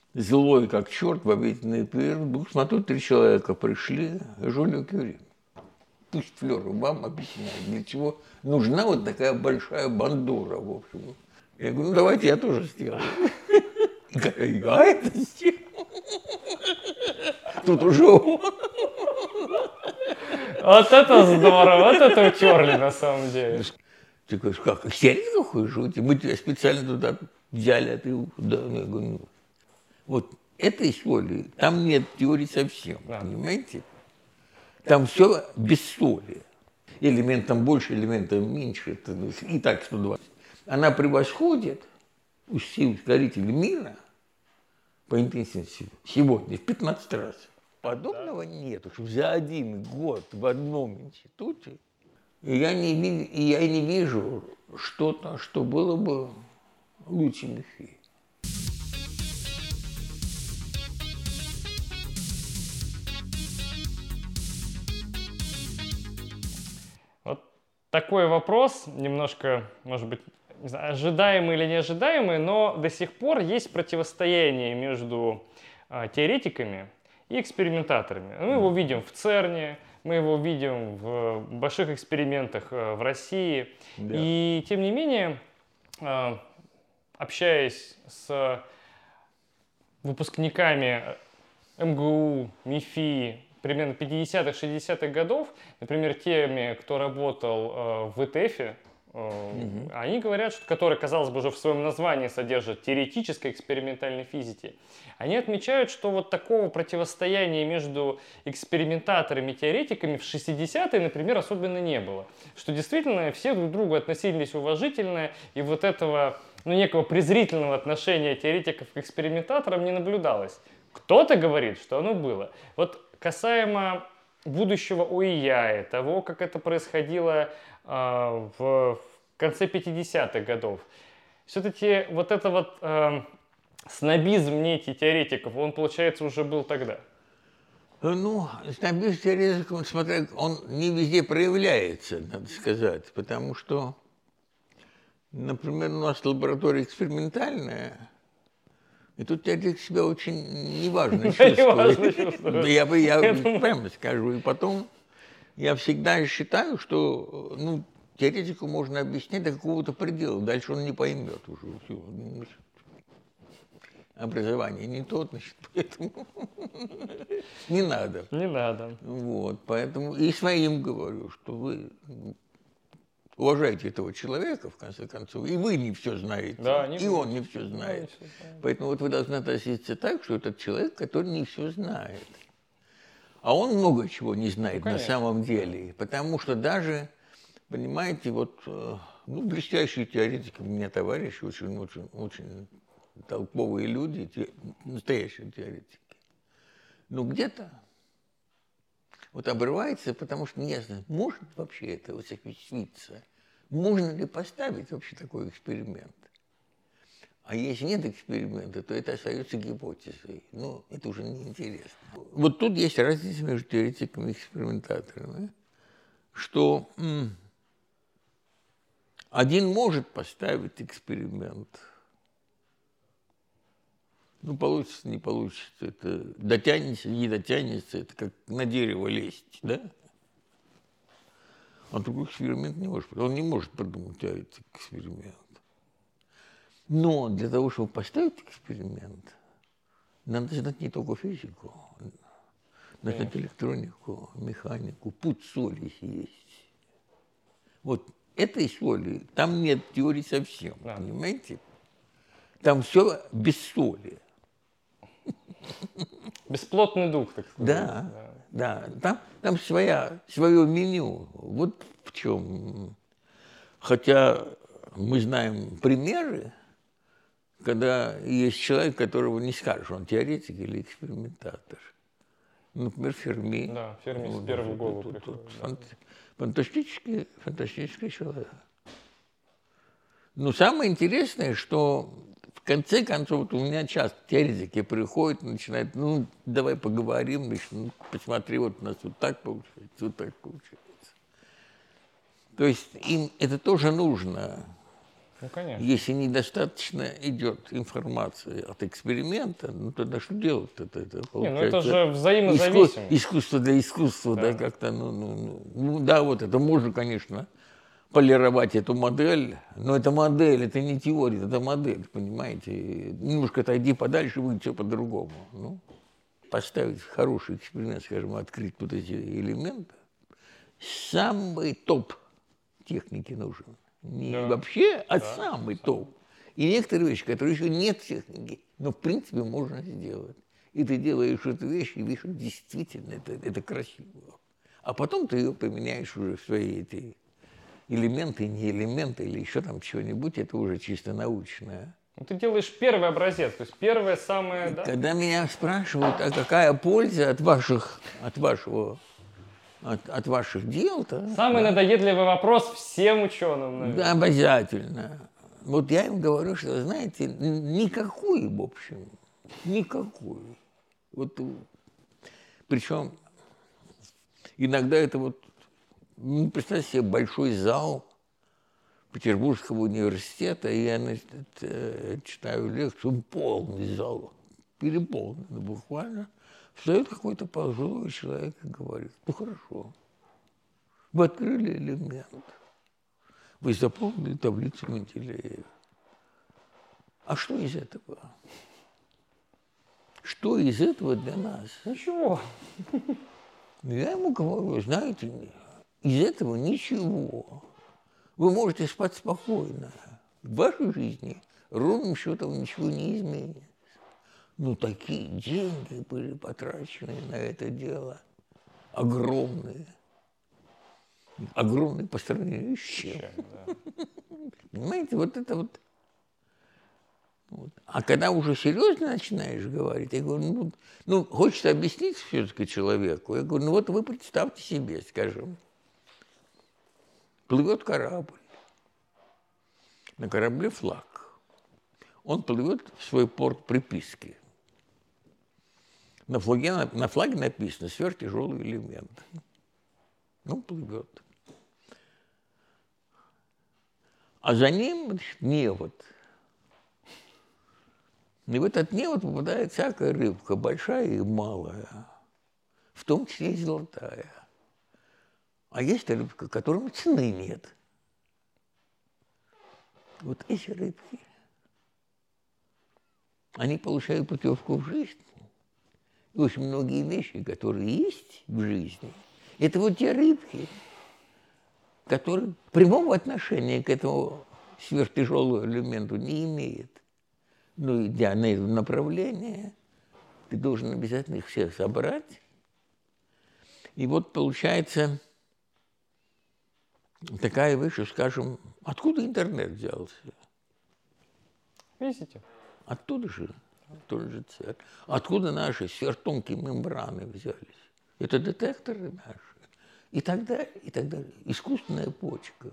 злой как черт в обеденный перерыв. Вдруг смотрю, 3 человека пришли, Жюль Кюри. Пусть Флёр вам объясняет, для чего нужна вот такая большая бандура, в общем. Я говорю, ну давайте я тоже сделаю. Я это сделаю. Тут уже он. Вот это здорово, вот это утерли на самом деле. Ты говоришь, как, серьезно ходишь? Мы тебя специально туда взяли, а ты да. Я говорю, ну, вот этой соли, там нет теории совсем, понимаете? Там все без соли. Элементом больше, элементом меньше, это и так 120. Она превосходит все ускорители мира по интенсивности сегодня в 15 раз. Подобного нет, уж за 1 год в одном институте. И я не вижу что-то, что было бы лучше Мефи. Вот такой вопрос, немножко, может быть, не знаю, ожидаемый или неожидаемый, но до сих пор есть противостояние между теоретиками и экспериментаторами. Мы его видим в ЦЕРНе, мы его видим в больших экспериментах в России. Да. И тем не менее, общаясь с выпускниками МГУ, МИФИ, примерно 50-х, 60-х годов, например, теми, кто работал в ИТЭФе, они говорят, что, который, казалось бы, уже в своем названии содержит теоретической экспериментальной физики, они отмечают, что вот такого противостояния между экспериментаторами и теоретиками в 60-е, например, особенно не было. Что действительно все друг к другу относились уважительно, и вот этого, ну, некого презрительного отношения теоретиков к экспериментаторам не наблюдалось. Кто-то говорит, что оно было. Вот касаемо будущего ОИЯ, того, как это происходило в конце 50-х годов, все-таки вот это вот снобизм некий теоретиков, он, получается, уже был тогда. Ну, снобизм теоретиков, смотря, он не везде проявляется, надо сказать, потому что, например, у нас лаборатория экспериментальная, и тут теоретик себя очень неважно чувствует. Да я прямо скажу. И потом я всегда считаю, что ну, теоретику можно объяснять до какого-то предела. Дальше он не поймет уже. Все. Образование не то, значит, поэтому не надо. Не надо. Вот, поэтому и своим говорю, что вы уважайте этого человека, в конце концов, и вы не все знаете, да, и он не все знает. Поэтому вот вы должны относиться так, что этот человек, который не все знает. А он много чего не знает на самом деле, потому что даже, понимаете, вот ну, блестящие теоретики, у меня товарищи, очень толковые люди, настоящие теоретики. Но где-то вот обрывается, потому что неясно, может вообще это осуществиться, можно ли поставить вообще такой эксперимент. А если нет эксперимента, то это остается гипотезой. Ну, это уже неинтересно. Вот тут есть разница между теоретиками и экспериментаторами, что один может поставить эксперимент. Ну, получится, не получится. Это дотянется, не дотянется. Это как на дерево лезть, да? А другой эксперимент не может. Он не может продумать эксперимент. Но для того, чтобы поставить эксперимент, надо знать не только физику. Надо знать электронику, механику. Путь соли есть. Вот этой соли, там нет теории совсем, понимаете? Там все без соли. Бесплотный дух, так сказать. Да. Там свое меню. Вот в чем. Хотя мы знаем примеры, когда есть человек, которого не скажешь, он теоретик или экспериментатор. Например, Ферми. Да, Ферми с первого голову приходит. Фантастический человек. Но самое интересное, что в конце концов, вот у меня часто теоретики приходят, начинают, ну, давай поговорим, значит, ну, посмотри, вот у нас вот так получается, вот так получается. То есть им это тоже нужно. Ну, конечно. Если недостаточно идет информации от эксперимента, ну тогда что делать-то? Это ну это же взаимозависимо. Искусство для искусства, да, как-то, да, вот это можно, конечно, полировать эту модель, но это модель, это не теория, это модель, понимаете? Немножко отойди подальше, будет все по-другому. Ну, поставить хороший эксперимент, скажем, открыть вот эти элементы, самый топ техники нужен. Не вообще, а самый топ. И некоторые вещи, которые еще нет техники, но в принципе можно сделать. И ты делаешь эту вещь, и видишь, действительно это красиво. А потом ты ее применяешь уже в свои эти элементы, не элементы, или еще там чего-нибудь, это уже чисто научное. Ну, ты делаешь первый образец, то есть первое самое, да? Когда меня спрашивают, а какая польза от ваших дел-то? Самый надоедливый вопрос всем ученым, наверное. Да, обязательно. Вот я им говорю, что, знаете, никакой, в общем, никакой. Вот, причем иногда это вот, представьте себе большой зал Петербургского университета, и я, значит, читаю лекцию, полный зал, переполненный буквально. Встает какой-то пожилой человек и говорит, ну хорошо, вы открыли элемент, вы заполнили таблицу Менделеева. А что из этого? Что из этого для нас? Ничего. Я ему говорю, знаете, из этого ничего. Вы можете спать спокойно. В вашей жизни ровным счетом ничего не изменится. Но такие деньги были потрачены на это дело. Огромные. Огромные по сравнению с чем. Да. Понимаете, вот это вот. А когда уже серьезно начинаешь говорить, я говорю, ну хочется объяснить все-таки человеку. Я говорю, ну вот вы представьте себе, скажем, плывет корабль, на корабле флаг. Он плывет в свой порт приписки. На флаге написано сверхтяжелый элемент. Ну, плывет. А за ним, значит, невод. И в этот невод попадает всякая рыбка, большая и малая, в том числе и золотая. А есть рыбка, которым цены нет. Вот эти рыбки, они получают путевку в жизнь. И очень многие вещи, которые есть в жизни, это вот те рыбки, которые прямого отношения к этому сверхтяжелому элементу не имеют. Ну, идя на это направление, ты должен обязательно их всех собрать. И вот получается такая вещь, скажем, откуда интернет взялся? Видите? Оттуда же, тот же цвет. Откуда наши сверхтонкие мембраны взялись? Это детекторы наши. И тогда искусственная почка.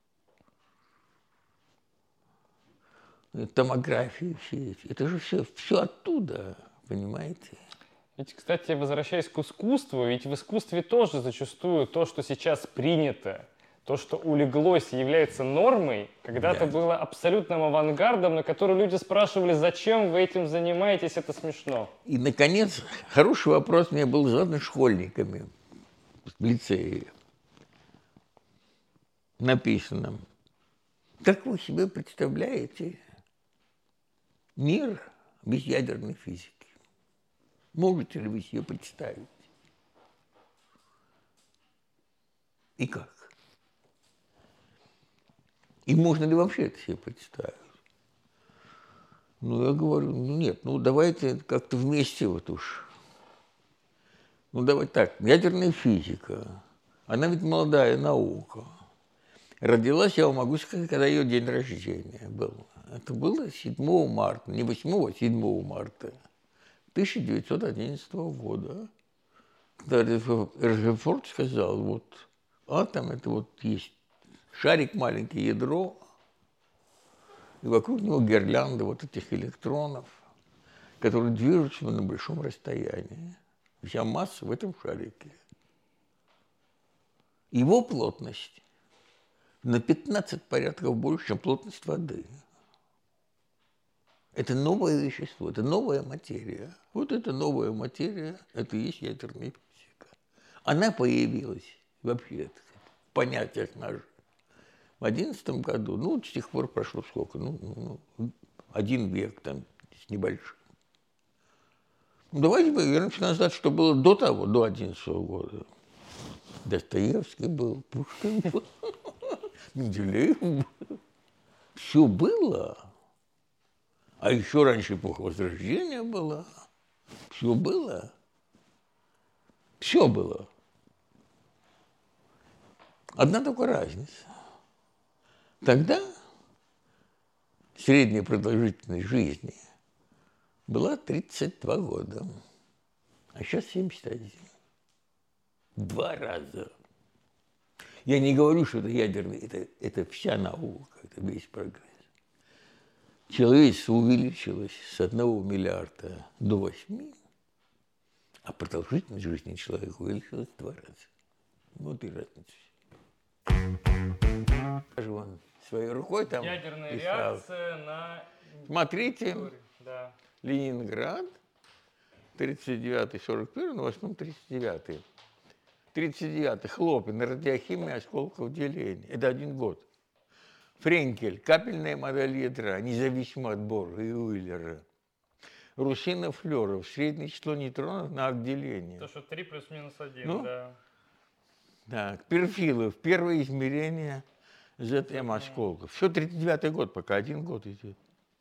Томографии все эти. Это же все оттуда, понимаете? Ведь, кстати, возвращаясь к искусству, ведь в искусстве тоже зачастую то, что сейчас принято, то, что улеглось, является нормой, когда-то было абсолютным авангардом, на который люди спрашивали, зачем вы этим занимаетесь, это смешно. И, наконец, хороший вопрос мне был задан школьниками в лицее. Написано, как вы себе представляете мир без ядерной физики? Можете ли вы себе представить? И как? И можно ли вообще это себе представить? Ну, я говорю, нет, давайте как-то вместе вот уж. Давайте так, ядерная физика, она ведь молодая наука. Родилась, я вам могу сказать, когда ее день рождения был. Это было 7 марта, не 8, а 7 марта 1911 года. Когда Резерфорд сказал, вот атом, это вот есть шарик, маленькое ядро, и вокруг него гирлянда вот этих электронов, которые движутся на большом расстоянии. Вся масса в этом шарике. Его плотность на 15 порядков больше, чем плотность воды. Это новое вещество, это новая материя. Вот эта новая материя, это и есть ядерная физика. Она появилась вообще в понятиях наших в 2011 году. Ну, с тех пор прошло сколько? 1 век там с небольшим. Ну, давайте вернемся назад, что было до того, до 2011 года. Достоевский был, Пушкин был, Менделеев был. Все было. А еще раньше эпоха Возрождения была. Все было. Все было. Одна только разница. Тогда средняя продолжительность жизни была 32 года, а сейчас 71. 2 раза. Я не говорю, что это ядерный, это вся наука, это весь прогресс. Человечество увеличилось с 1 миллиарда до 8, а продолжительность жизни человека увеличилась в 2 раза. Вот и разница. Скажу вам, своей рукой там ядерная писал. Реакция на... Смотрите, да. Ленинград, 39-41, но в основном 39-й. 39-й, Хлопин, радиохимия осколков деления. Это 1 год. Френкель, капельная модель ядра, независимо от Бора и Уиллера. Русинов, Флёров, среднее число нейтронов на акт деления. То, что 3 плюс-минус 1, ну, да. Так, Перфилов, первое измерение ЗТМ осколков. Все 39-й год, пока 1 год идет.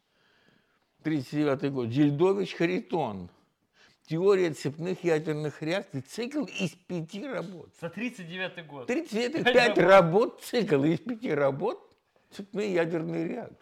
39-й год. Зельдович, Харитон. Теория цепных ядерных реакций. Цикл из 5 работ. За 39-й год. 39-й, 5 работ, цикл из 5 работ. Цепные ядерные реакции.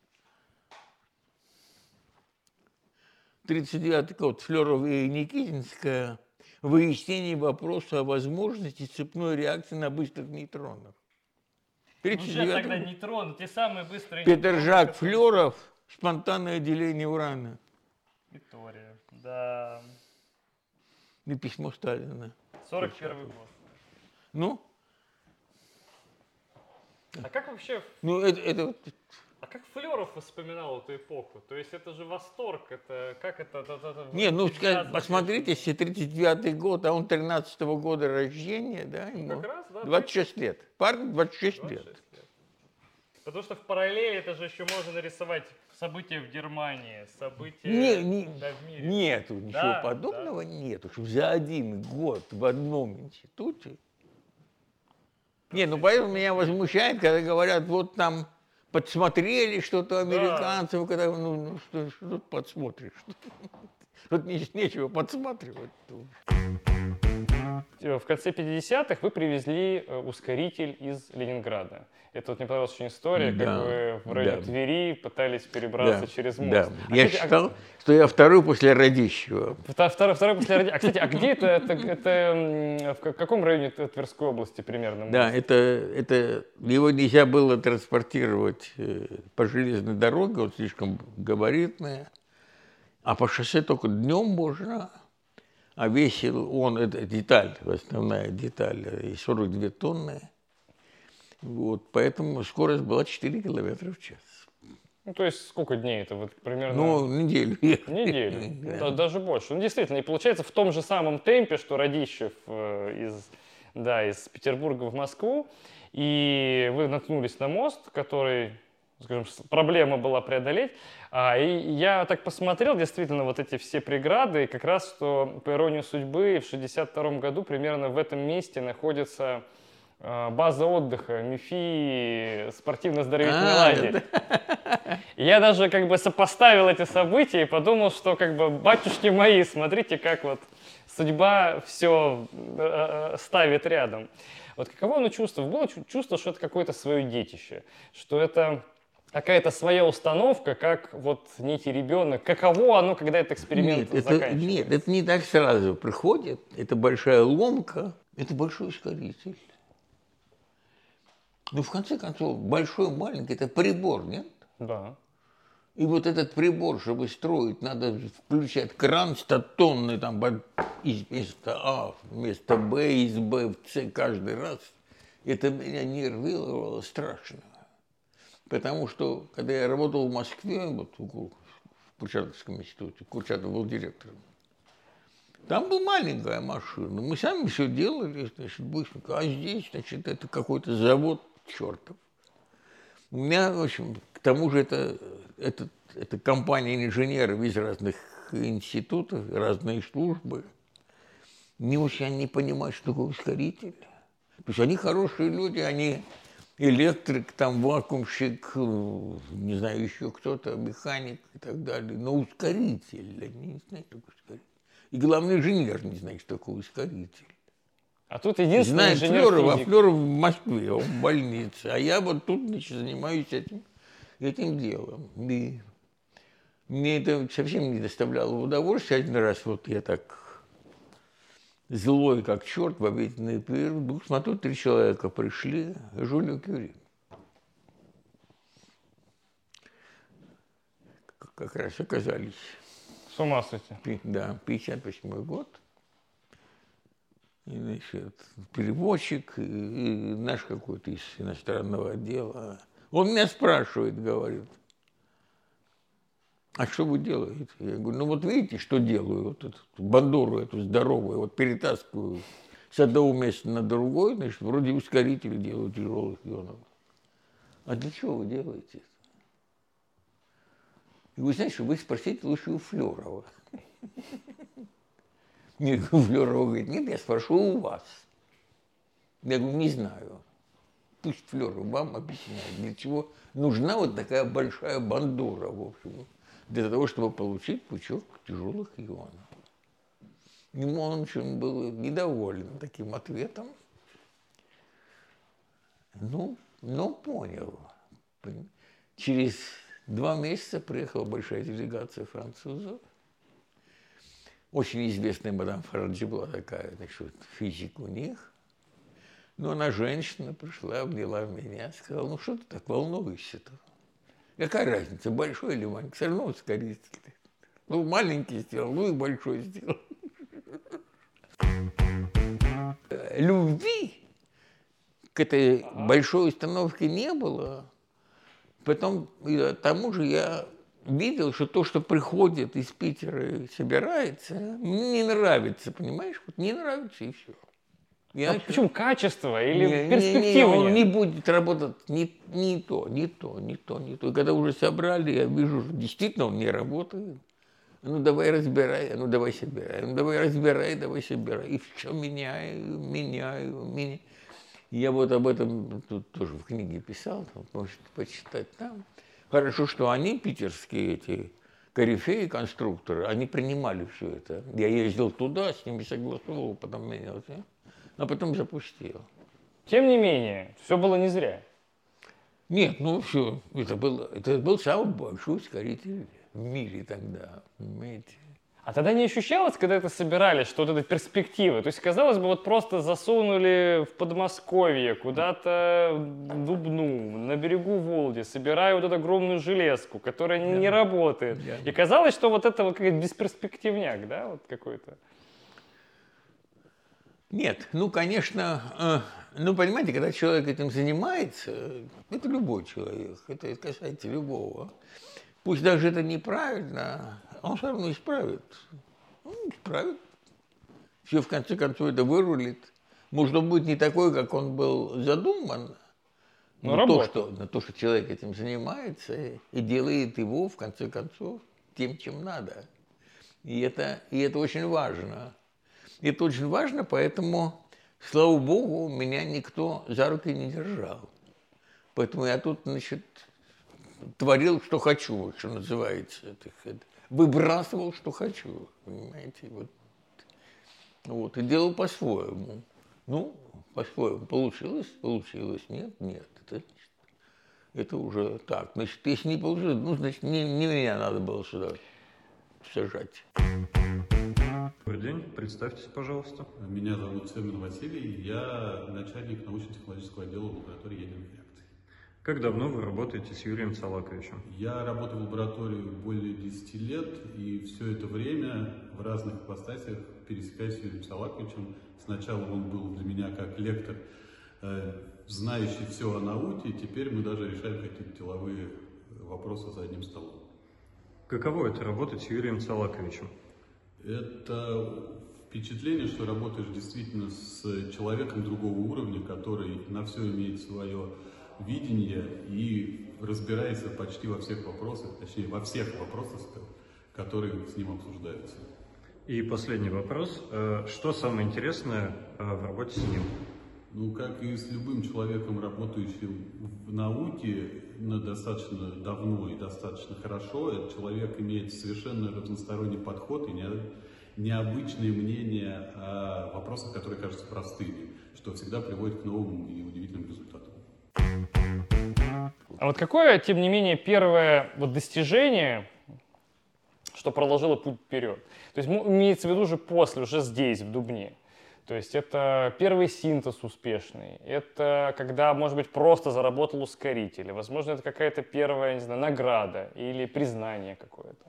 39-й год. Флёров и Никитинская. Выяснение вопроса о возможности цепной реакции на быстрых нейтронах. 39-й тогда нейтроны, те самые быстрые Петержак, Флёров. Спонтанное деление урана. Теория, да. И письмо Сталина. 41-й год. Ну? А как вообще... Ну, это... А как Флёров вспоминал эту эпоху? То есть это же восторг, это... Как это не, ну, посмотрите, если 39-й год, а он 13-го года рождения, да, ему как раз, да, 26 лет. Парню 26 лет. Потому что в параллели это же еще можно нарисовать события в Германии, события в мире. Нету ничего подобного, нету, чтобы за 1 год в одном институте. Не, ну поэтому меня возмущает, когда говорят, вот там подсмотрели что-то американцев, когда, ну что тут подсмотришь? Тут нечего подсматривать. В конце 50-х вы привезли ускоритель из Ленинграда. Это вот мне понравилась очень история, как вы в районе Твери пытались перебраться через мост. Да. Я считал, что я второй после Радищева. Второй после Радищева. А, кстати, а где это в каком районе Тверской области примерно? Да, это его нельзя было транспортировать по железной дороге, вот слишком габаритная, а по шоссе только днем можно. А весил он, это деталь, основная деталь, 42 тонны. Вот, поэтому скорость была 4 километра в час. Ну, то есть сколько дней это? Вот примерно... Ну, неделю. Неделю, да. Даже больше. Ну, действительно, и получается в том же самом темпе, что Радищев из Петербурга в Москву, и вы наткнулись на мост, который, скажем, проблема была преодолеть. И я так посмотрел, действительно, вот эти все преграды, и как раз, что, по иронии судьбы, в 1962 году примерно в этом месте находится база отдыха МИФИ, спортивно-оздоровительный лагерь. И я даже как бы сопоставил эти события и подумал, что как бы батюшки мои, смотрите, как вот судьба все ставит рядом. Вот каково оно чувство? Было чувство, что это какое-то свое детище, что это какая-то своя установка, как вот некий ребенок. Каково оно, когда этот эксперимент заканчивается? Нет, это не так сразу приходит. Это большая ломка, это большой ускоритель. Ну, в конце концов, большой, маленький – это прибор, нет? Да. И вот этот прибор, чтобы строить, надо включать кран 100-тонный там из места А, вместо Б, из Б в С каждый раз. Это меня нервировало страшно. Потому что, когда я работал в Москве, вот в Курчатовском институте, Курчатов был директором, там была маленькая машина. Мы сами все делали, значит, быстренько. А здесь, значит, это какой-то завод чертов. У меня, в общем, к тому же это компания инженеров из разных институтов, разные службы. Не очень они понимают, что такое ускоритель. То есть они хорошие люди, они электрик, там, вакуумщик, не знаю, еще кто-то, механик и так далее. Но ускоритель, они не знают, что такое ускоритель. И главный инженер не знает, что такое ускоритель. А тут единственный знает инженер-физик. Флёров в Москве, он в больнице. А я вот тут, значит, занимаюсь этим делом. И мне это совсем не доставляло удовольствия. Один раз вот я так злой, как черт, в обеденный перерыв. Вдруг смотрю, 3 человека пришли, Жюль Кюри. Как раз оказались. С ума сойти. Да, 58-й год. И, значит, переводчик, и наш какой-то из иностранного отдела. Он меня спрашивает, говорит, а что вы делаете? Я говорю, ну вот видите, что делаю? Вот эту бандуру эту здоровую, вот перетаскиваю с одного места на другое, значит, вроде ускоритель делаю тяжелых ионов. А для чего вы делаете это? И вы знаете, что вы спросите лучше у Флёрова. Мне Флёрова говорит, нет, я спрошу у вас. Я говорю, не знаю. Пусть Флёров вам объясняет, для чего нужна вот такая большая бандура, в общем, для того, чтобы получить пучок тяжелых ионов. Ему он очень был недоволен таким ответом. Ну, понял. Через 2 месяца приехала большая делегация французов. Очень известная мадам Фараджи была такая, значит, физик у них. Но она женщина, пришла, обняла меня, сказала, ну что ты так волнуешься-то? Какая разница, большой или маленький? Все равно ускоритель. Ну, маленький сделал, ну и большой сделал. Любви к этой большой установке не было. Потом, к тому же, я видел, что то, что приходит из Питера и собирается, мне не нравится, понимаешь? Вот не нравится и все. Почему? Качество или перспектива? Он не будет работать не то. И когда уже собрали, я вижу, что действительно он не работает. Ну, давай разбирай, ну, давай собирай. Ну, давай разбирай, давай собирай. И все меняю. Я вот об этом тут тоже в книге писал, можете почитать там. Хорошо, что они, питерские эти корифеи, конструкторы, они принимали все это. Я ездил туда, с ними согласовывал, потом менялся, а потом запустил. Тем не менее, все было не зря. Нет, ну все, это был самый большой ускоритель в мире тогда, понимаете. А тогда не ощущалось, когда это собирали, что вот эта перспектива? То есть, казалось бы, вот просто засунули в Подмосковье, куда-то в Дубну, на берегу Волги, собирая вот эту огромную железку, которая не работает. И казалось, что вот это вот какой-то бесперспективняк, да, вот какой-то. Нет, ну, конечно, ну, понимаете, когда человек этим занимается, это любой человек, это касается любого. Пусть даже это неправильно, он все равно исправит. Он исправит. Все, в конце концов, это вырулит. Может, он будет не такой, как он был задуман, но то, что человек этим занимается и делает его, в конце концов, тем, чем надо. И это очень важно. Это очень важно, поэтому, слава богу, меня никто за руки не держал. Поэтому я тут, значит, творил, что хочу, что называется. Выбрасывал, что хочу, понимаете. Вот, и делал по-своему. Ну, по-своему. Получилось? Нет. Это уже так. Значит, если не получилось, ну, значит, не меня надо было сюда сажать. Добрый день, представьтесь, пожалуйста. Меня зовут Семен Василий, я начальник научно-технологического отдела лаборатории ядерных реакций. Как давно вы работаете с Юрием Цалаковичем? Я работаю в лаборатории более 10 лет, и все это время в разных ипостасях пересекаюсь с Юрием Цалаковичем. Сначала он был для меня как лектор знающий все о науке, теперь мы даже решаем какие-то деловые вопросы за одним столом. Каково это работать с Юрием Цалаковичем? Это впечатление, что работаешь действительно с человеком другого уровня, который на все имеет свое видение и разбирается почти во всех вопросах, точнее во всех вопросах, которые с ним обсуждаются. И последний вопрос. Что самое интересное в работе с ним? Ну, как и с любым человеком, работающим в науке достаточно давно и достаточно хорошо, этот человек имеет совершенно разносторонний подход и необычные мнения о вопросах, которые кажутся простыми, что всегда приводит к новым и удивительным результатам. А вот какое, тем не менее, первое достижение, что проложило путь вперед? То есть имеется в виду уже после, уже здесь, в Дубне. То есть это первый синтез успешный, это когда, может быть, просто заработал ускоритель, возможно, это какая-то первая, не знаю, награда или признание какое-то.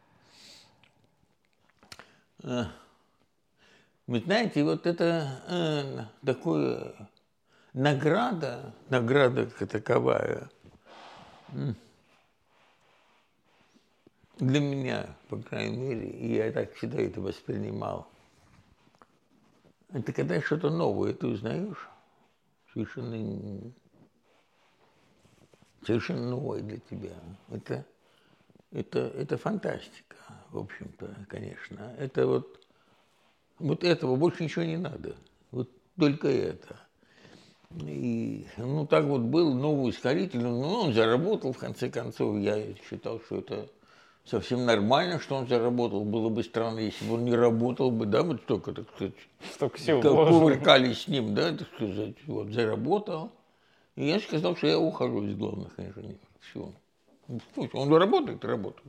Вы знаете, вот это такое награда как таковая, для меня, по крайней мере, и я так всегда это воспринимал, это когда что-то новое ты узнаешь, совершенно новое для тебя. Это фантастика, в общем-то, конечно. Это вот этого больше ничего не надо. Вот только это. И, так вот был новый ускоритель, он заработал, в конце концов. Я считал, что это совсем нормально, что он заработал. Было бы странно, если бы он не работал бы, да, вот столько, так сказать, сил кувыркались с ним, да, так сказать, вот, заработал. И я сказал, что я ухожу из главных инженеров. Все. Он работает.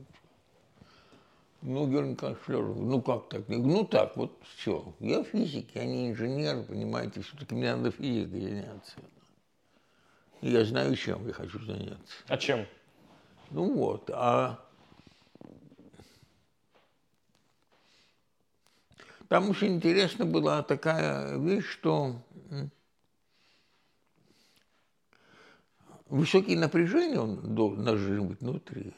Георгий Николаевич Флёров, как так? Так, вот все. Я физик, я не инженер, понимаете, все-таки мне надо физикой заняться. И я знаю, чем я хочу заняться. А чем? Там очень интересно была такая вещь, что высокие напряжения должны быть внутри.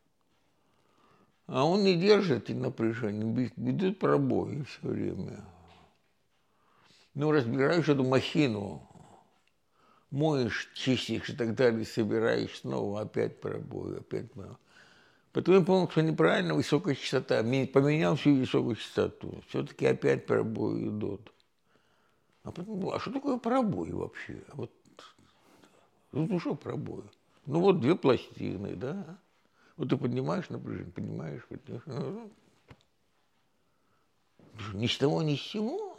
А он не держит эти напряжения, ведут пробои все время. Разбираешь эту махину, моешь, чистишь и так далее, собираешь снова, опять пробои, опять пробои. Потом я понял, что неправильно высокая частота. Поменял всю высокую частоту. Все-таки опять пробои идут. А потом, а что такое пробой вообще? Что пробой? Две пластины, да? Вот ты поднимаешь напряжение, поднимаешь. Ни с того, ни с сего.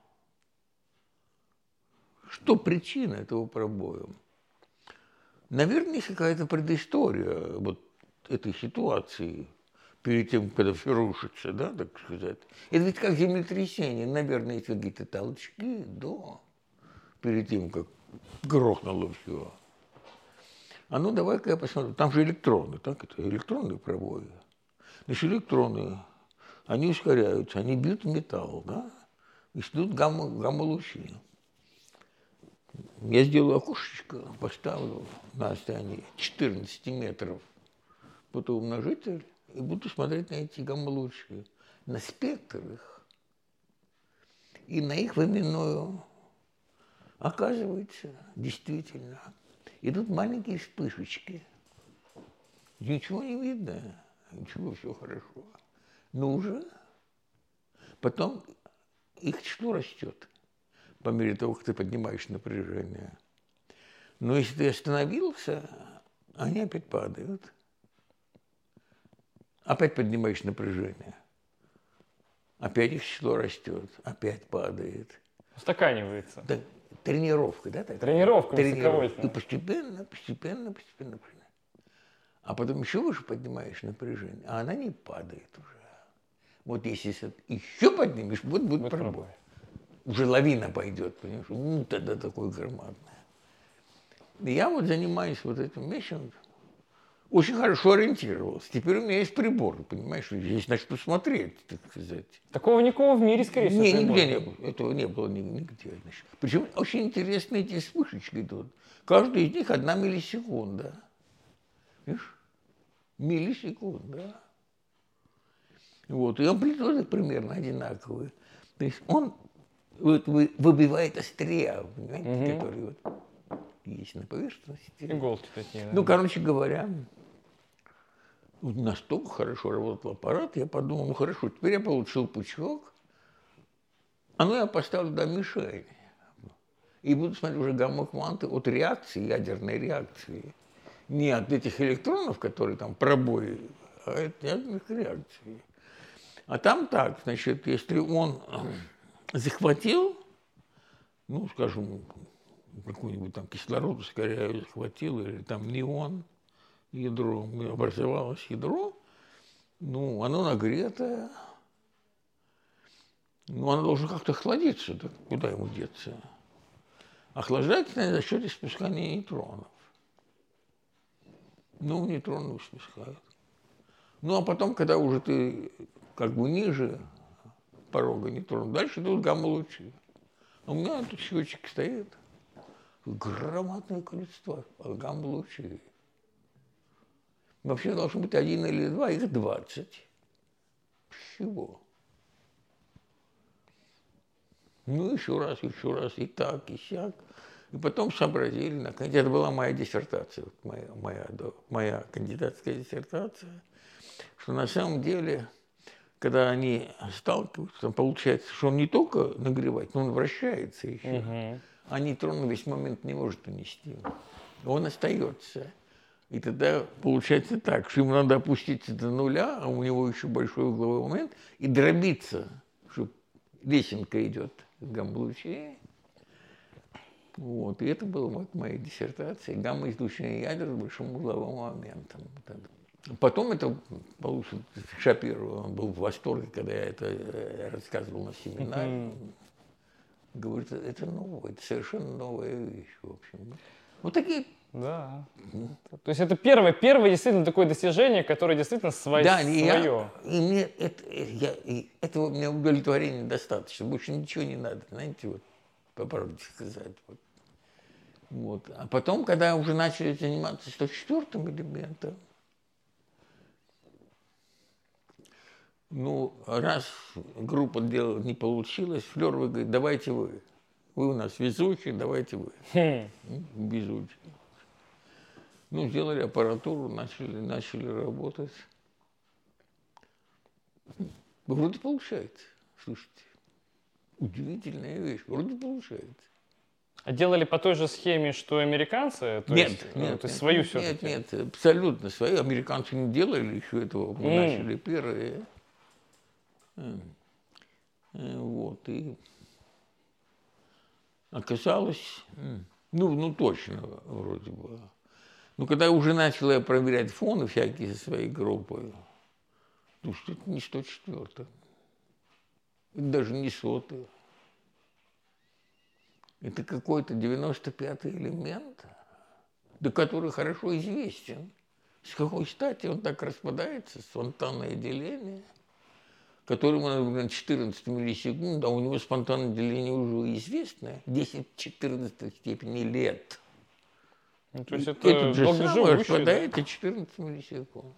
Что причина этого пробоя? Наверное, есть какая-то предыстория этой ситуации перед тем, когда все рушится, да, так сказать. Это ведь как землетрясение. Наверное, есть какие-то толчки, перед тем, как грохнуло все. Давай-ка я посмотрю. Там же электроны, так? Это электронные пробои. Значит, электроны, они ускоряются, они бьют в металл, да? И идут гамма-лучи. Я сделаю окошечко, поставлю на расстоянии 14 метров фотоумножитель и буду смотреть на эти гамма-лучи, на спектр их и на их временную. Оказывается, действительно, идут маленькие вспышечки. Ничего не видно, ничего, все хорошо. Но уже потом их число растет по мере того, как ты поднимаешь напряжение. Но если ты остановился, они опять падают. Опять поднимаешь напряжение. Опять их число растет, опять падает. Устаканивается. Да, тренировка, да? Тренировка. И постепенно. А потом еще выше поднимаешь напряжение, а она не падает уже. Вот если еще поднимешь, будет пробой. Уже лавина пойдет, понимаешь? Тогда такое громадное. И я занимаюсь этим вещем очень хорошо ориентировался. Теперь у меня есть прибор, понимаешь, здесь на что смотреть, так сказать. Такого никого в мире, скорее всего, нигде не было. Этого не было нигде. Значит. Причем очень интересно эти вспышечки идут. Каждый из них 1 миллисекунда. Видишь? Миллисекунда. Вот. И амплитуды примерно одинаковые. То есть он вот, выбивает острия, понимаете, которые вот есть на поверхности. Иголки такие. Да? Ну, короче говоря, настолько хорошо работал аппарат, я подумал, ну хорошо, теперь я получил пучок, а ну я поставлю туда мишень. И буду смотреть уже гамма-кванты от реакции, ядерной реакции. Не от этих электронов, которые там пробои, а от ядерных реакций. А там так, значит, если он захватил, ну, скажем, какой-нибудь там кислород, ускоряю, захватил, или там неон, ядро, образовалось ядро, ну, оно нагретое, ну, оно должно как-то охладиться, так куда ему деться? Охлаждается за счет испускания нейтронов. Ну, нейтроны испускают. Ну, а потом, когда уже ты как бы ниже порога нейтронов, дальше идут гамма-лучи. А у меня тут счетчик стоит. Громадное количество гамма-лучей. Вообще должно быть 1 или 2, их 20. Чего? Ну, еще раз, и так, и сяк. И потом сообразили, наконец, это была моя диссертация, моя кандидатская диссертация, что на самом деле, когда они сталкиваются, там получается, что он не только нагревает, но он вращается еще. А нейтрон в весь момент не может унести. Он остается. И тогда получается так, что ему надо опуститься до нуля, а у него еще большой угловой момент, и дробиться, что лесенка идет гамма-лучей. Вот. И это была моя диссертация. Гамма-излучение ядер с большим угловым моментом. Потом это Шапиров, он был в восторге, когда я это рассказывал на семинаре. Говорит, это новое, это совершенно новая вещь, в общем. Вот такие. Да. То есть это первое действительно такое достижение, которое действительно свое. Да, и мне этого мне удовлетворения достаточно, больше ничего не надо, знаете, вот, по правде сказать. Вот. А потом, когда уже начали заниматься 104-м элементом, ну, раз группа дела не получилась, Флёрова говорит, давайте вы. Вы у нас везучие, давайте вы. Везучие. Ну, сделали аппаратуру, начали работать. Вроде получается. Слушайте, удивительная вещь. Вроде получается. А делали по той же схеме, что и американцы? Нет, то есть свою все-таки? Нет, абсолютно свою. Американцы не делали еще этого. Мы начали первые. Вот, и оказалось, ну точно вроде бы. Но когда уже начал я проверять фоны всякие со своей группой, ну что это не 104-й, даже не 100-й. Это какой-то 95-й элемент, до который хорошо известен. С какой стати он так распадается, спонтанное деление, которому, например, 14 миллисекунд, а у него спонтанное деление уже известное, 10-14 степени лет. Ну, то есть это этот же самый распадается 14 миллисекунд.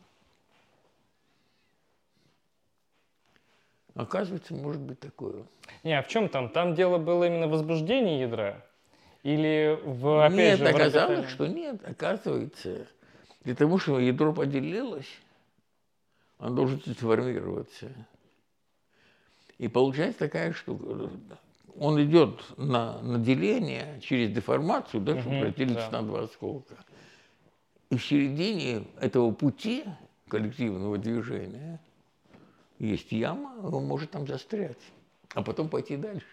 Оказывается, может быть такое. Не, а в чем там? Там дело было именно в возбуждении ядра? Или опять нет, же, оказалось, что нет. Оказывается, для того, чтобы ядро поделилось, оно должно трансформироваться. И получается такая штука. Он идет на деление через деформацию, да, чтобы разделиться на два осколка. И в середине этого пути коллективного движения есть яма, он может там застрять, а потом пойти дальше.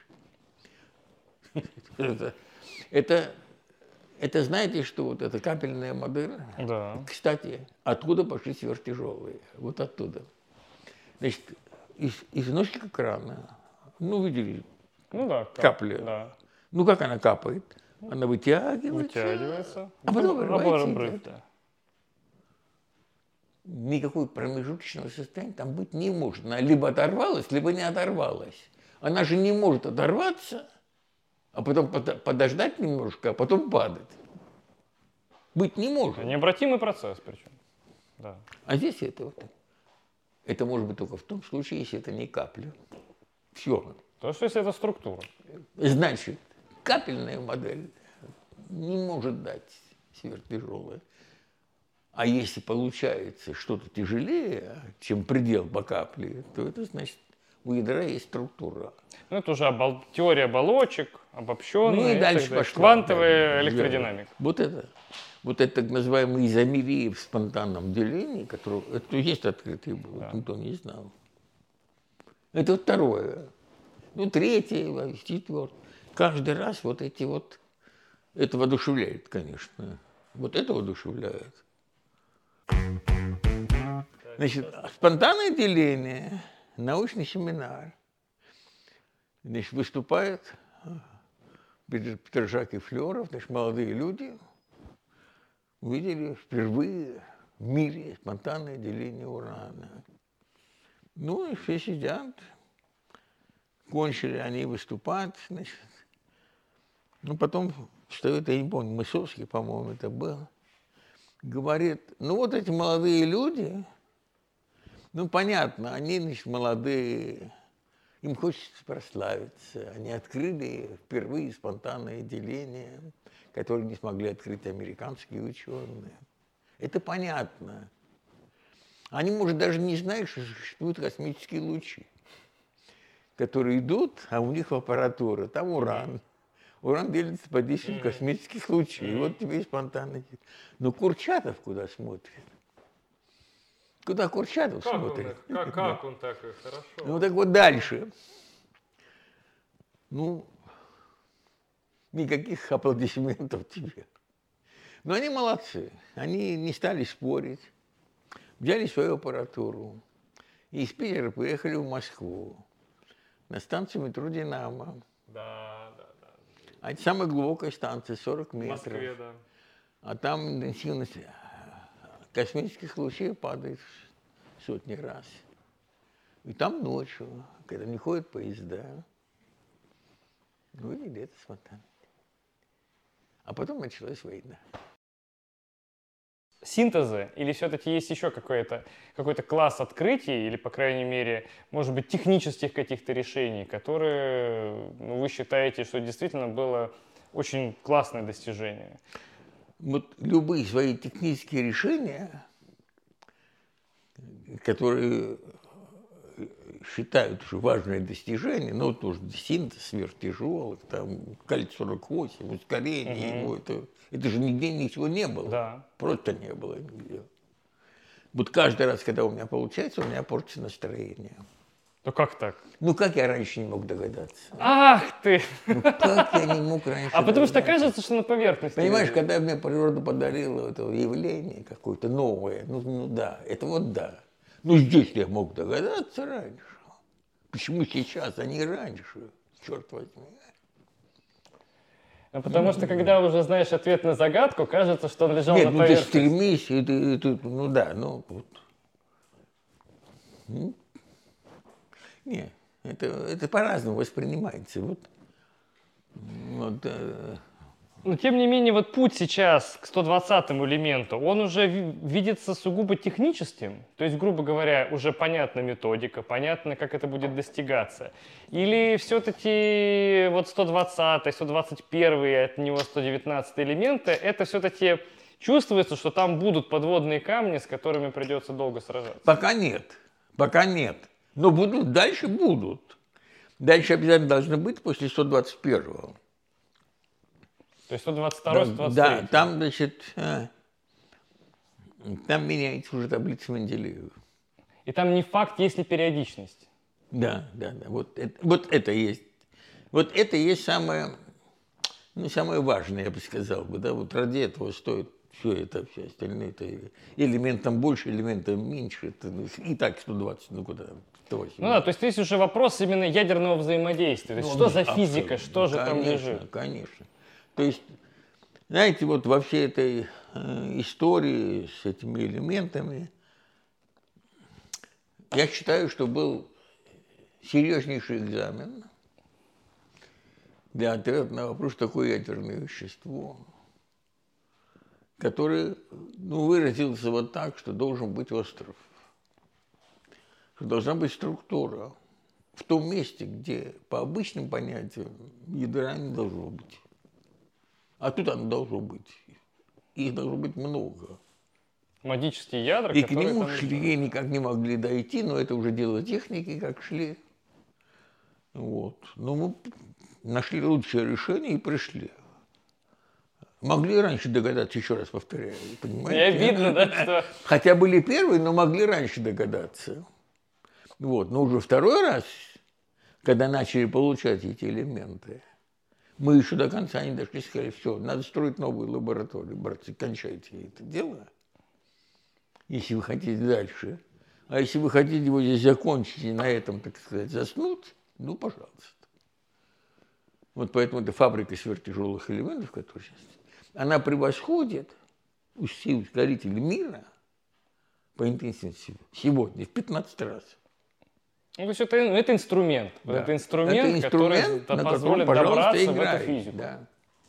Это знаете, что вот эта капельная модель? Да. Кстати, откуда пошли сверхтяжелые? Вот оттуда. Значит, из носика крана, ну, видели, капля. Да. Ну, как она капает? Она вытягивается. А потом обрыв, да. никакого промежуточного состояния там быть не может. Она либо оторвалась, либо не оторвалась. Она же не может оторваться, а потом подождать немножко, а потом падать. Быть не может. Необратимый процесс причем. Да. А здесь это может быть только в том случае, если это не капля. Все. То, что если это структура. Значит, капельная модель не может дать сверхтяжелое. А если получается что-то тяжелее, чем предел по капле, то это значит, у ядра есть структура. Ну, это уже теория оболочек, обобщенная. Ну и дальше пошла. Квантовая электродинамика. Вот это так называемый изомерия в спонтанном делении, который, это есть открытый был, да. Никто не знал. Это второе. Ну, третье, четвертое. Каждый раз вот эти вот, это воодушевляет, конечно. Вот это воодушевляет. Значит, спонтанное деление, научный семинар. Значит, выступают Петржак и Флёров, значит, молодые люди увидели впервые в мире спонтанное деление урана. Ну и все сидят, кончили они выступать, значит. Ну потом встает, я не помню, Мысовский, по-моему, это был, говорит, ну вот эти молодые люди, ну понятно, они, значит, молодые, им хочется прославиться, они открыли впервые спонтанное деление, которые не смогли открыть американские ученые. Это понятно. Они, может, даже не знают, что существуют космические лучи, которые идут, а у них аппаратура, там уран. Уран делится по 10 космических лучей. Вот тебе и спонтанно. Но Курчатов куда смотрит? Куда Курчатов смотрит? Как он так хорошо? Ну так вот дальше. Ну, никаких аплодисментов тебе. Но они молодцы. Они не стали спорить. Взяли свою аппаратуру. И из Питера поехали в Москву. На станцию метро «Динамо». Да. А это самая глубокая станция, 40 метров. В Москве, да. А там интенсивность космических лучей падает сотни раз. И там ночью, когда не ходят поезда, увидели это спонтанно. А потом началась война. Синтезы или все-таки есть еще какой-то класс открытий или, по крайней мере, может быть, технических каких-то решений, которые вы считаете, что действительно было очень классное достижение? Вот любые свои технические решения, которые считают, что важное достижение, ну, вот уже синтез сверхтяжелых, там, кальций-48, ускорение его, это же нигде ничего не было. Да. Просто не было нигде. Вот каждый раз, когда у меня получается, у меня портится настроение. Ну как так? Ну как я раньше не мог догадаться? Ах ты! Ну как я не мог раньше А потому что кажется, что на поверхности. Понимаешь, когда мне природа подарила это явление какое-то новое, ну да, это вот да. Ну здесь я мог догадаться раньше. Почему сейчас, а не раньше? Черт возьми. Ну, потому что, когда уже знаешь ответ на загадку, кажется, что он лежал на поверхности. Нет, ну ты стремись, ну да, ну вот. Нет, это по-разному воспринимается. Но тем не менее, вот путь сейчас к 120-му элементу, он уже видится сугубо техническим, то есть, грубо говоря, уже понятна методика, понятно, как это будет достигаться. Или все-таки вот 120-й, 121-й, от него 119-й элементы, это все-таки чувствуется, что там будут подводные камни, с которыми придется долго сражаться? Пока нет. Но будут, дальше будут. Дальше обязательно должны быть после 121-го. То есть 122, 123. Да, там, значит, там меняется уже таблица Менделеева. И там не факт, есть ли периодичность. Да. Вот это есть. Вот это есть самое важное, я бы сказал бы. Да? Вот ради этого стоит все остальное. Это элементом больше, элементом меньше. Это, и так 120, ну куда? 180. Ну да, то есть здесь уже вопрос именно ядерного взаимодействия. То есть что за физика, что же там лежит? Конечно. То есть, знаете, вот во всей этой истории с этими элементами Я считаю, что был серьезнейший экзамен для ответа на вопрос, такое ядерное вещество, который выразился вот так, что должен быть остров, что должна быть структура в том месте, где по обычным понятиям ядра не должно быть. А тут оно должно быть. Их должно быть много. Магические ядра, и к нему шли, никак не могли дойти, но это уже дело техники, как шли. Вот. Но мы нашли лучшее решение и пришли. Могли раньше догадаться, еще раз повторяю, понимаете? Не обидно, да, что... Хотя были первые, но могли раньше догадаться. Вот. Но уже второй раз, когда начали получать эти элементы, мы еще до конца не дошли, сказали, все, надо строить новую лабораторию, братцы, кончайте это дело, если вы хотите дальше. А если вы хотите его здесь закончить и на этом, так сказать, заснуть, ну, пожалуйста. Вот поэтому эта фабрика сверхтяжелых элементов, которая сейчас, она превосходит все ускорители мира по интенсивности сегодня в 15 раз. Ну, то есть это инструмент. Да. Это инструмент, который позволит добраться в эту физику. Да.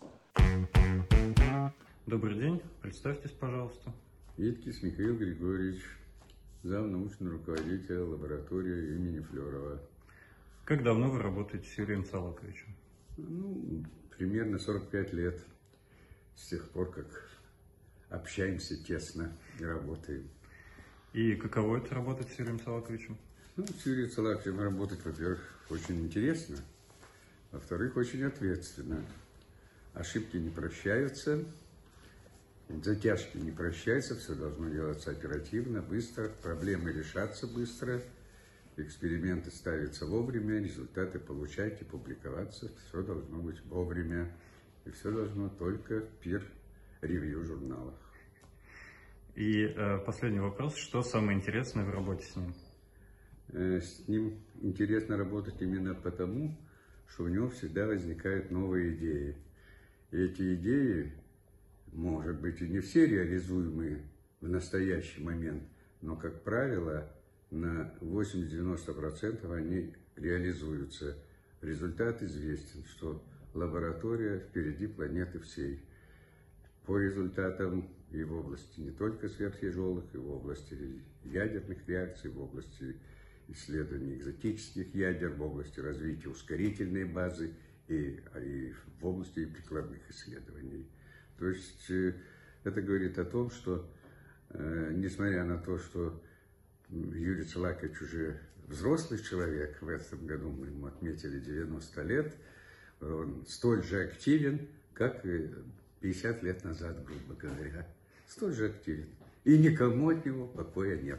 Добрый день. Представьтесь, пожалуйста. Иткис Михаил Григорьевич, зам научного руководителя лаборатории имени Флёрова. Как давно вы работаете с Юрием Салаковичем? Ну, примерно 45 лет. С тех пор, как общаемся тесно и работаем. И каково это работать с Юрием Салаковичем? Ну, с Юрием Салаковичем работать, во-первых, очень интересно. Во-вторых, очень ответственно. Ошибки не прощаются. Затяжки не прощаются, все должно делаться оперативно, быстро, проблемы решаться быстро, эксперименты ставятся вовремя, результаты получайте, публиковаться, все должно быть вовремя, и все должно только в peer-review журналах. И последний вопрос, что самое интересное в работе с ним? С ним интересно работать именно потому, что у него всегда возникают новые идеи. И эти идеи, может быть, и не все реализуемые в настоящий момент, но, как правило, на 80-90% они реализуются. Результат известен, что лаборатория впереди планеты всей. По результатам и в области не только сверхтяжелых, и в области ядерных реакций, в области исследований экзотических ядер, в области развития ускорительной базы и в области прикладных исследований. То есть это говорит о том, что, несмотря на то, что Юрий Салакович уже взрослый человек, в этом году мы ему отметили 90 лет, он столь же активен, как и 50 лет назад, грубо говоря. Столь же активен. И никому от него покоя нет.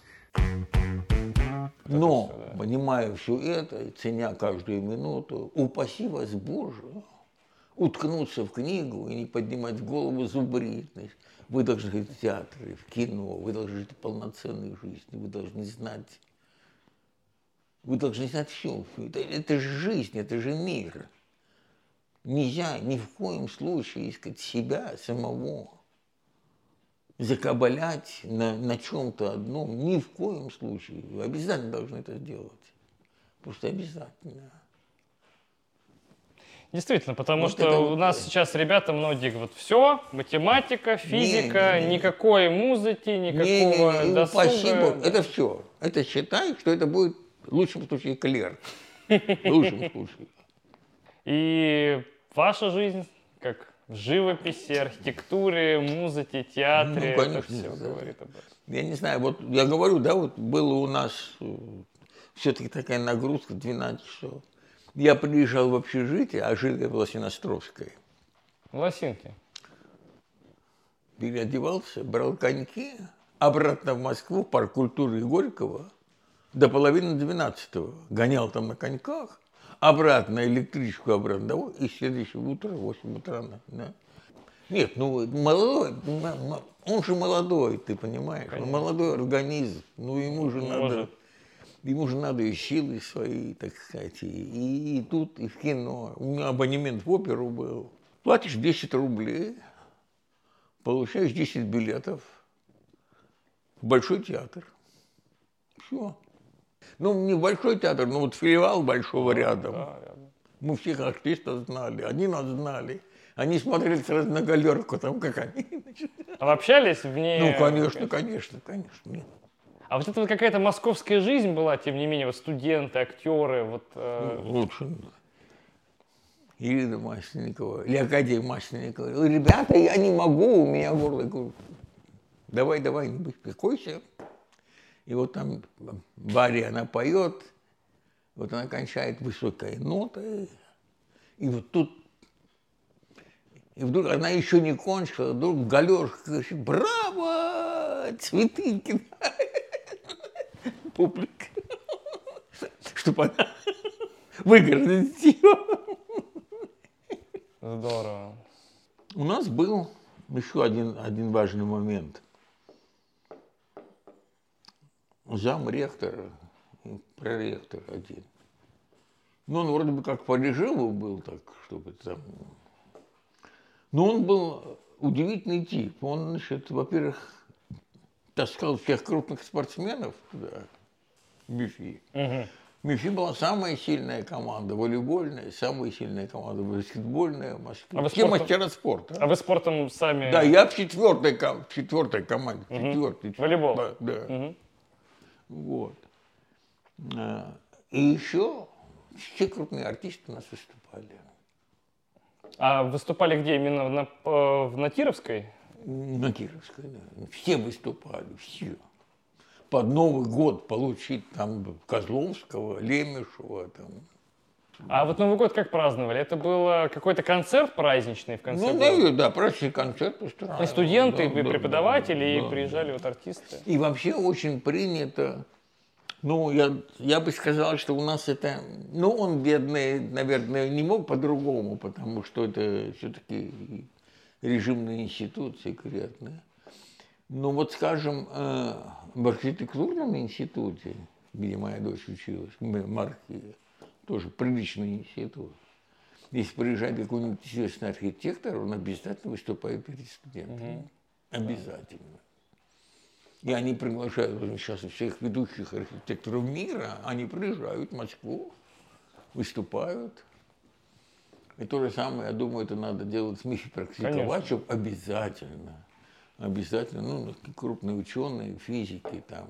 Но, понимая все это, ценя каждую минуту, упаси вас, Боже, уткнуться в книгу и не поднимать голову зубрить. Вы должны жить в театре, в кино, вы должны жить полноценной жизнью, вы должны знать все. Это же жизнь, это же мир. Нельзя ни в коем случае искать себя самого, закабалять на чем-то одном, ни в коем случае. Вы обязательно должны это сделать. Просто обязательно. Действительно, потому что у нас сейчас ребята многие говорят, все, математика, физика, никакой музыки, никакого досуга. Спасибо, это все. Это считай, что это будет в лучшем случае клерк. В лучшем случае. И ваша жизнь, как в живописи, архитектуре, музыке, театре, конечно, это все говорит об этом. Я не знаю, вот я говорю, да, вот было у нас все-таки такая нагрузка 12 часов. Я приезжал в общежитие, а жил я в Лосиноостровской. В Лосинке. Переодевался, брал коньки, обратно в Москву, в парк культуры Горького, до половины 12-го. Гонял там на коньках, обратно электричку, обратно домой, и следующее утро, 8 утра. Да. Нет, ну молодой, он же молодой, ты понимаешь, он молодой организм, ну ему же надо... Ему же надо и силы свои, так сказать, и тут, и в кино. У меня абонемент в оперу был. Платишь 10 рублей, получаешь 10 билетов в Большой театр. Все. Ну, небольшой театр, но вот филиал большого рядом. Да, рядом. Мы всех артистов знали, они нас знали. Они смотрели сразу на галерку, там, как они. А вы общались вне? Ну, конечно. Нет. А вот это вот какая-то московская жизнь была, тем не менее, вот студенты, актеры, вот... Лучше. Ирина Масленникова, Леокадия Масленникова. Говорю, ребята, я не могу, у меня горло. Я говорю, давай, не беспокойся. И вот там Барри, она поет, вот она кончает высокой нотой, и вот тут, и вдруг она еще не кончила, вдруг Галёшка говорит, браво, цветы кидает публика, чтобы она выгородить ее. Здорово. У нас был еще один важный момент. Замректора и проректор один. Ну, он вроде бы как по режиму был, так, чтобы там... Но он был удивительный тип. Он, значит, во-первых, таскал всех крупных спортсменов туда, в МИФИ. МИФИ была самая сильная команда волейбольная, самая сильная команда баскетбольная в Москве. Все мастера спорта. А вы спортом сами... Да, я в четвертой команде. Волейбол? Да. Вот. И еще все крупные артисты у нас выступали. А выступали где? Именно на Кировской? На Кировской, да. Все выступали, все. Под Новый год получить там Козловского, Лемешева. Там. А вот Новый год как праздновали? Это был какой-то концерт праздничный в конце года? Да, праздничный концерт устраивали. И студенты, и преподаватели, и приезжали вот артисты? И вообще очень принято. Ну, я бы сказал, что у нас это... Ну, он, бедный, наверное, не мог по-другому, потому что это все-таки режимный институт секретный. Но вот, скажем, в архитектурном институте, где моя дочь училась, Марки, тоже приличный институт, если приезжает какой-нибудь известный архитектор, он обязательно выступает перед студентами. Обязательно. И они приглашают сейчас всех ведущих архитекторов мира, они приезжают в Москву, выступают. И то же самое, я думаю, это надо делать с Михой Практиковачем обязательно. Обязательно, ну, крупные ученые, физики там.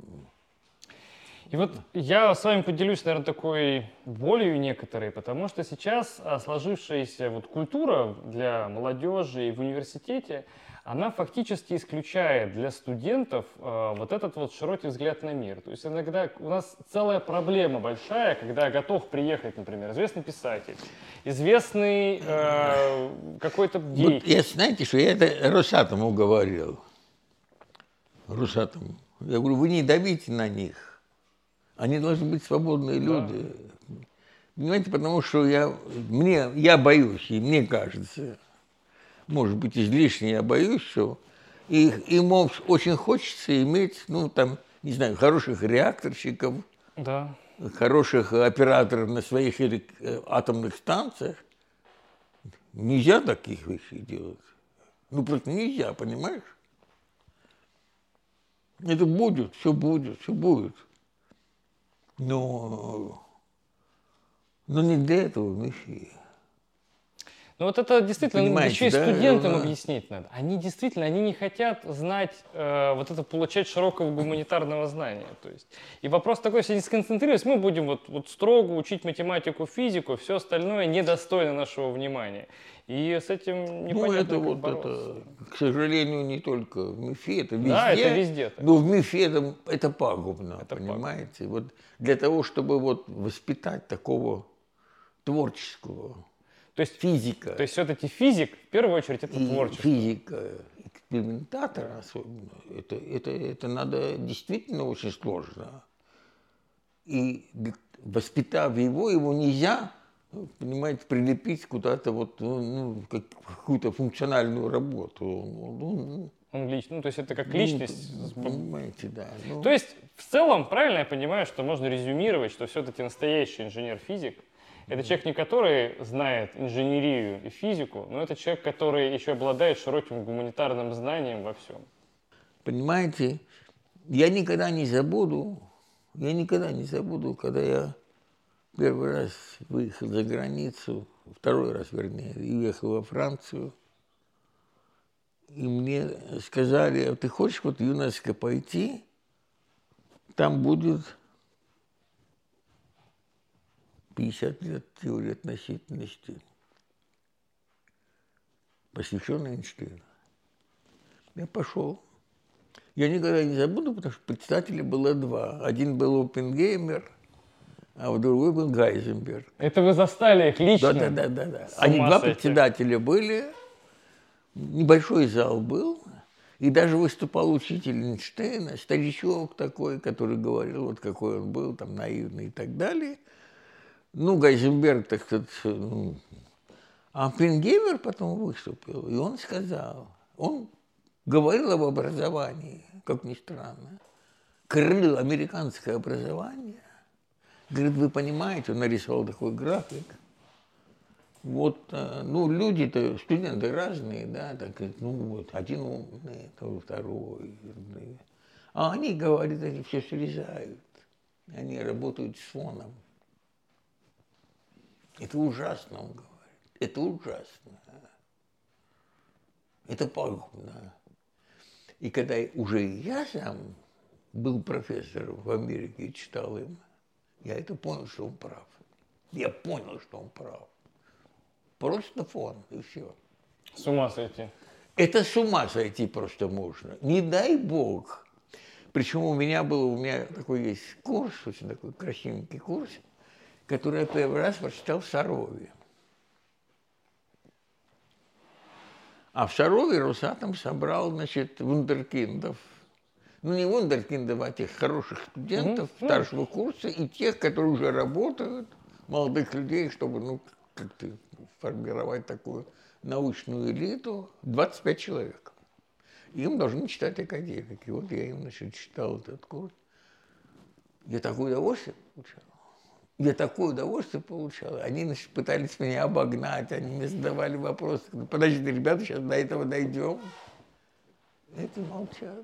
И вот я с вами поделюсь, наверное, такой болью некоторой, потому что сейчас сложившаяся вот культура для молодежи и в университете, она фактически исключает для студентов вот этот вот широкий взгляд на мир. То есть иногда у нас целая проблема большая, когда готов приехать, например, известный писатель, известный какой-то деятель. Вот я, знаете, что я это Росатому говорил. Росатому. Я говорю, вы не давите на них. Они должны быть свободные люди. Понимаете, потому что я боюсь, и мне кажется, может быть, излишне я боюсь, что им очень хочется иметь, ну, там, не знаю, хороших реакторщиков, хороших операторов на своих атомных станциях. Нельзя таких вещей делать. Ну, просто нельзя, понимаешь? Это будет, все будет, все будет. Но не для этого в МИФИ. Ну вот это действительно еще и да, студентам объяснить надо. Они действительно, они не хотят знать, вот это получать широкого гуманитарного знания. То есть. И вопрос такой, если не сконцентрироваться, мы будем вот строго учить математику, физику, все остальное недостойно нашего внимания. И с этим непонятно, как бороться. Это, к сожалению, не только в МИФИ, это везде. Да, это везде. Так. Но в МИФИ это пагубно, понимаете? Пагубно. Вот для того, чтобы вот воспитать такого творческого. То есть физика. То есть все-таки физик, в первую очередь, это творчество. Физика, экспериментатор особенно, это надо действительно очень сложно. И воспитав его нельзя, понимаете, прилепить куда-то вот, какую-то функциональную работу. Он личный, то есть это как личность. Понимаете, да. То есть в целом, правильно я понимаю, что можно резюмировать, что все-таки настоящий инженер-физик это человек, не который знает инженерию и физику, но это человек, который еще обладает широким гуманитарным знанием во всем. Понимаете, я никогда не забуду Я никогда не забуду, когда я первый раз выехал за границу, второй раз, вернее, и уехал во Францию, и мне сказали: а ты хочешь вот в ЮНЕСКО пойти, там будет 50 лет теории относительности, посвященной Эйнштейну. Я пошел. Я никогда не забуду, потому что председателей было два. Один был Оппенгеймер, а другой был Гайзенберг. Это вы застали их лично? Да. Они два председателя были, небольшой зал был, и даже выступал учитель Эйнштейна, старичок такой, который говорил, вот какой он был, там, наивный и так далее. Ну, Гайзенберг, так сказать, а Оппенгеймер потом выступил, и он сказал, он говорил об образовании, как ни странно, крыл американское образование. Говорит, вы понимаете, он нарисовал такой график. Вот, ну, люди-то, студенты разные, да, так, ну, вот, один умный, второй. А они, говорят, они все срезают. Они работают с фоном. Это ужасно, он говорит. Это ужасно. Это пагубно. И когда уже я сам был профессором в Америке и читал им, я это понял, что он прав. Я понял, что он прав. Просто фон, и все. С ума сойти. Это с ума сойти просто можно. Не дай бог. Причем у меня такой есть курс, очень такой красивенький курс, который я первый раз прочитал в Сарове. А в Сарове Росатом собрал, значит, вундеркиндов. Ну, не вундеркиндов, а тех хороших студентов старшего курса и тех, которые уже работают, молодых людей, чтобы, ну, как-то формировать такую научную элиту. 25 человек. Им должны читать академики. Вот я им, значит, читал этот курс. Я такое удовольствие получал. Они, значит, пытались меня обогнать, они мне задавали вопросы. Подождите, ребята, сейчас до этого дойдем. Эти молчат.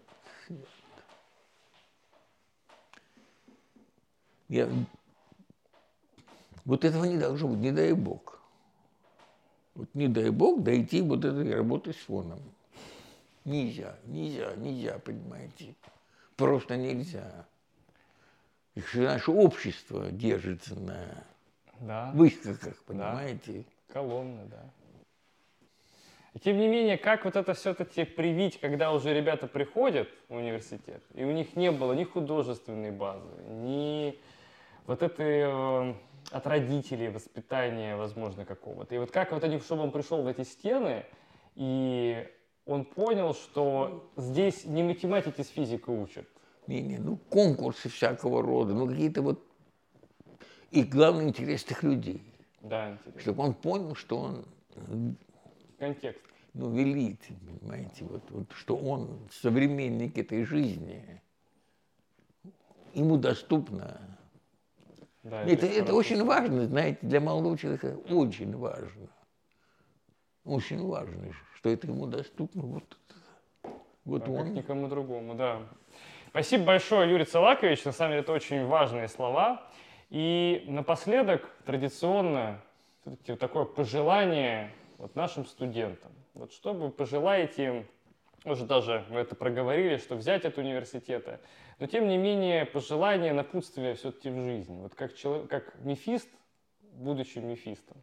Вот этого не должно быть, не дай бог. Вот не дай бог дойти вот этой работы с фоном. Нельзя, понимаете. Просто нельзя. Наше общество держится на выскоках, понимаете? Да. Колонны, да. И тем не менее, как вот это все-таки привить, когда уже ребята приходят в университет, и у них не было ни художественной базы, ни вот этой от родителей воспитания, возможно, какого-то. И вот как вот они, чтобы он пришел в эти стены, и он понял, что здесь не математики с физикой учат. Ну, конкурсы всякого рода, ну, какие-то вот... И главное, интересных людей. Да, интересно. Чтобы он понял, что он... Контекст. Ну, велит, понимаете, вот, что он современник этой жизни. Ему доступно. Да, это очень важно, знаете, для молодого человека очень важно. Очень важно, что это ему доступно. Вот он. Как никому другому, да. Спасибо большое, Юрий Цалакович. На самом деле, это очень важные слова. И напоследок, традиционно, все-таки такое пожелание вот нашим студентам. Вот что вы пожелаете им, уже даже вы это проговорили, что взять от университета, но тем не менее пожелание, напутствие все-таки в жизни. Вот как человек, как Мефист, будучи Мефистом.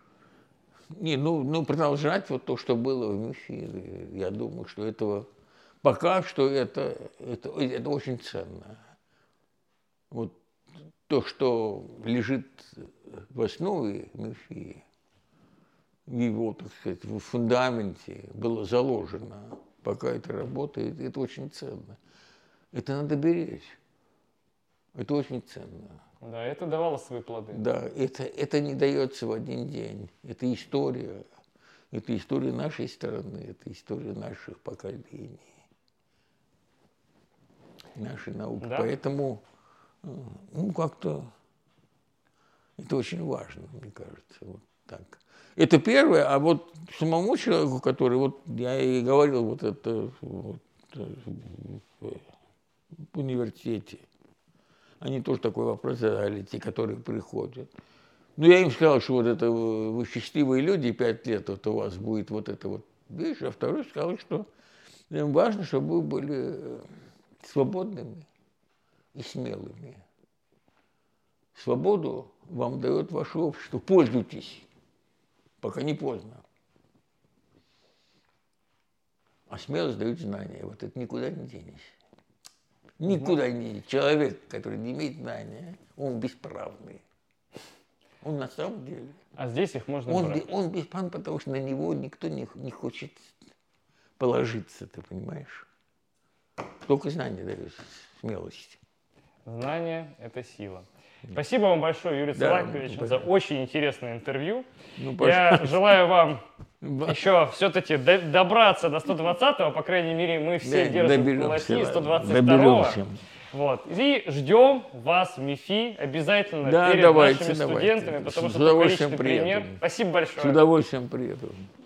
Ну, продолжать вот то, что было в Мефире. Я думаю, что этого пока что это очень ценно. Вот то, что лежит в основе Мефии, в его, так сказать, в фундаменте было заложено, пока это работает, это очень ценно. Это надо беречь. Это очень ценно. Да, это давало свои плоды. Да, это не дается в один день. Это история нашей страны, это история наших поколений, нашей науки. Да? Поэтому, ну, как-то это очень важно, мне кажется, вот так. Это первое, а вот самому человеку, который, вот я и говорил, вот это вот, в университете, Они тоже такой вопрос задали, те, которые приходят. Ну, я им сказал, что вот это вы счастливые люди, 5 лет вот у вас будет вот это вот вещь, а второй сказал, что им важно, чтобы вы были свободными и смелыми. Свободу вам дает ваше общество. Пользуйтесь, пока не поздно. А смелость дают знания. Вот это никуда не денешься. Никуда не денешься. Человек, который не имеет знания, он бесправный. Он на самом деле. А здесь их можно брать. Он бесправный, потому что на него никто не хочет положиться, ты понимаешь? Только знания дают смелость. Знание – это сила. Спасибо вам большое, Юрий Цылакович, за очень интересное интервью. Я желаю вам еще все-таки добраться до 120-го, по крайней мере, мы все держим в кулаки 122-го. Вот. И ждем вас в МИФИ обязательно перед нашими студентами, потому что это личный пример. Спасибо большое. С удовольствием приеду.